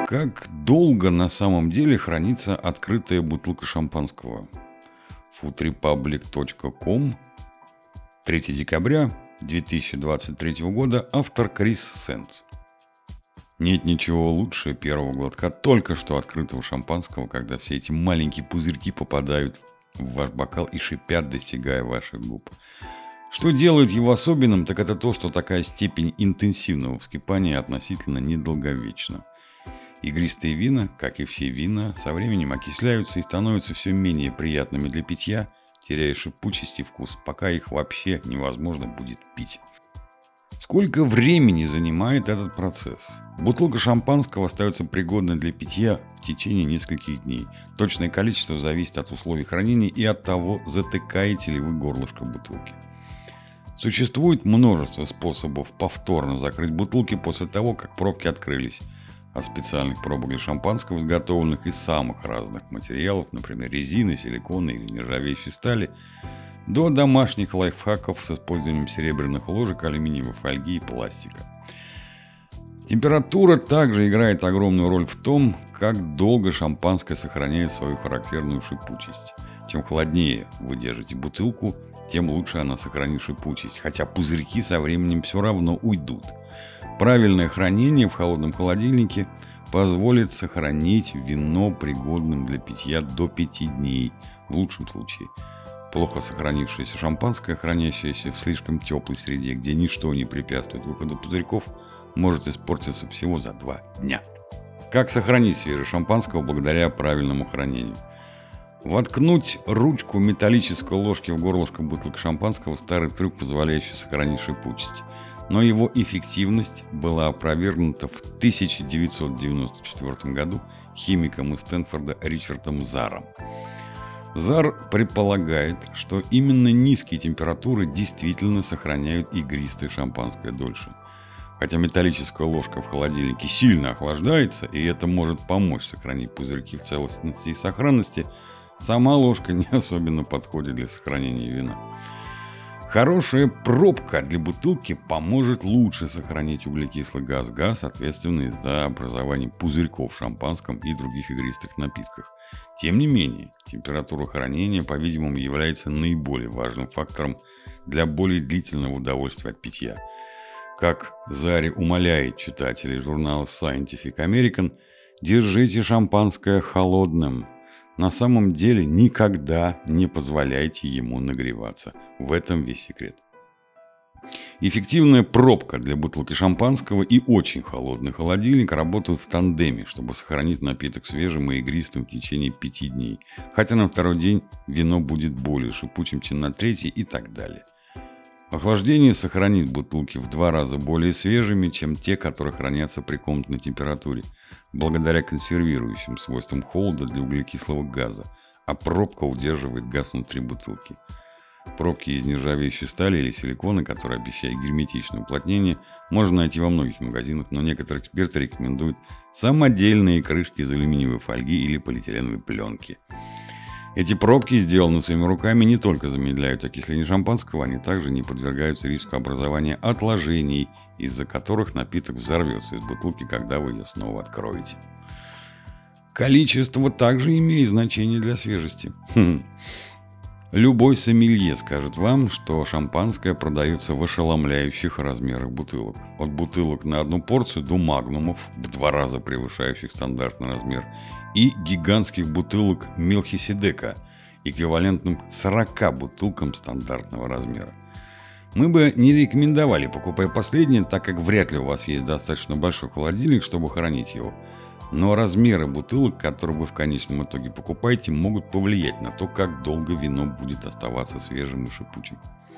Как долго на самом деле хранится открытая бутылка шампанского? foodrepublic.com, 3 декабря 2023 года, автор Крис Сенс. Нет ничего лучше первого глотка только что открытого шампанского, когда все эти маленькие пузырьки попадают в ваш бокал и шипят, достигая ваших губ. Что делает его особенным, так это то, что такая степень интенсивного вскипания относительно недолговечна. Игристые вина, как и все вина, со временем окисляются и становятся все менее приятными для питья, теряя шипучесть и вкус, пока их вообще невозможно будет пить. Сколько времени занимает этот процесс? Бутылка шампанского остается пригодной для питья в течение нескольких дней. Точное количество зависит от условий хранения и от того, затыкаете ли вы горлышко бутылки. Существует множество способов повторно закрыть бутылки после того, как пробки открылись. От специальных пробок для шампанского, изготовленных из самых разных материалов, например, резины, силикона или нержавеющей стали, до домашних лайфхаков с использованием серебряных ложек, алюминиевой фольги и пластика. Температура также играет огромную роль в том, как долго шампанское сохраняет свою характерную шипучесть. Чем холоднее вы держите бутылку, тем лучше она сохранит шипучесть, хотя пузырьки со временем все равно уйдут. Правильное хранение в холодном холодильнике позволит сохранить вино пригодным для питья до 5 дней, в лучшем случае. Плохо сохранившееся шампанское, хранящееся в слишком теплой среде, где ничто не препятствует выходу пузырьков, может испортиться всего за 2 дня. Как сохранить свежее шампанское благодаря правильному хранению? Воткнуть ручку металлической ложки в горлышко бутылки шампанского – старый трюк, позволяющий сохранить шипучесть. Но его эффективность была опровергнута в 1994 году химиком из Стэнфорда Ричардом Заром. Зар предполагает, что именно низкие температуры действительно сохраняют игристое шампанское дольше. Хотя металлическая ложка в холодильнике сильно охлаждается, и это может помочь сохранить пузырьки в целостности и сохранности, сама ложка не особенно подходит для сохранения вина. Хорошая пробка для бутылки поможет лучше сохранить углекислый газ, ответственный за образование пузырьков в шампанском и других игристых напитках. Тем не менее, температура хранения, по-видимому, является наиболее важным фактором для более длительного удовольствия от питья. Как Зари умоляет читателей журнала Scientific American, держите шампанское холодным. На самом деле никогда не позволяйте ему нагреваться. В этом весь секрет. Эффективная пробка для бутылки шампанского и очень холодный холодильник работают в тандеме, чтобы сохранить напиток свежим и игристым в течение 5 дней. Хотя на второй день вино будет более шипучим, чем на третий и так далее. Охлаждение сохранит бутылки в 2 раза более свежими, чем те, которые хранятся при комнатной температуре, благодаря консервирующим свойствам холода для углекислого газа, а пробка удерживает газ внутри бутылки. Пробки из нержавеющей стали или силикона, которые обещают герметичное уплотнение, можно найти во многих магазинах, но некоторые эксперты рекомендуют самодельные крышки из алюминиевой фольги или полиэтиленовой пленки. Эти пробки, сделанные своими руками, не только замедляют окисление шампанского, они также не подвергаются риску образования отложений, из-за которых напиток взорвется из бутылки, когда вы ее снова откроете. Количество также имеет значение для свежести. Любой сомелье скажет вам, что шампанское продается в ошеломляющих размерах бутылок. От бутылок на 1 порцию до магнумов, в 2 раза превышающих стандартный размер, и гигантских бутылок Мелхиседека, эквивалентным 40 бутылкам стандартного размера. Мы бы не рекомендовали покупать последнее, так как вряд ли у вас есть достаточно большой холодильник, чтобы хранить его. Но размеры бутылок, которые вы в конечном итоге покупаете, могут повлиять на то, как долго вино будет оставаться свежим и шипучим.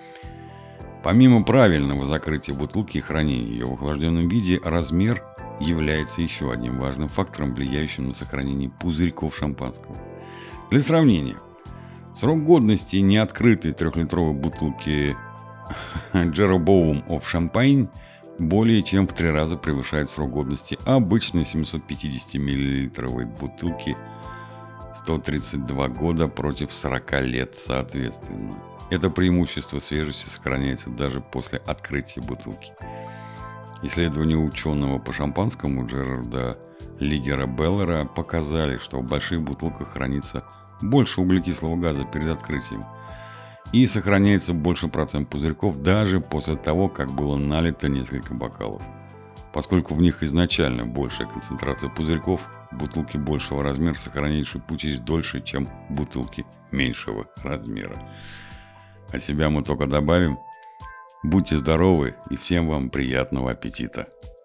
Помимо правильного закрытия бутылки и хранения ее в охлажденном виде, размер является еще одним важным фактором, влияющим на сохранение пузырьков шампанского. Для сравнения, срок годности неоткрытой 3-литровой бутылки Jeroboam of Champagne более чем в 3 раза превышает срок годности обычной 750-миллилитровой бутылки 132 года против 40 лет соответственно. Это преимущество свежести сохраняется даже после открытия бутылки. Исследование ученого по шампанскому Джерарда Лигера Беллера показали, что в больших бутылках хранится больше углекислого газа перед открытием и сохраняется больше процент пузырьков даже после того, как было налито несколько бокалов. Поскольку в них изначально большая концентрация пузырьков, бутылки большего размера сохраняют шипучесть дольше, чем бутылки меньшего размера. А себя мы только добавим. Будьте здоровы и всем вам приятного аппетита!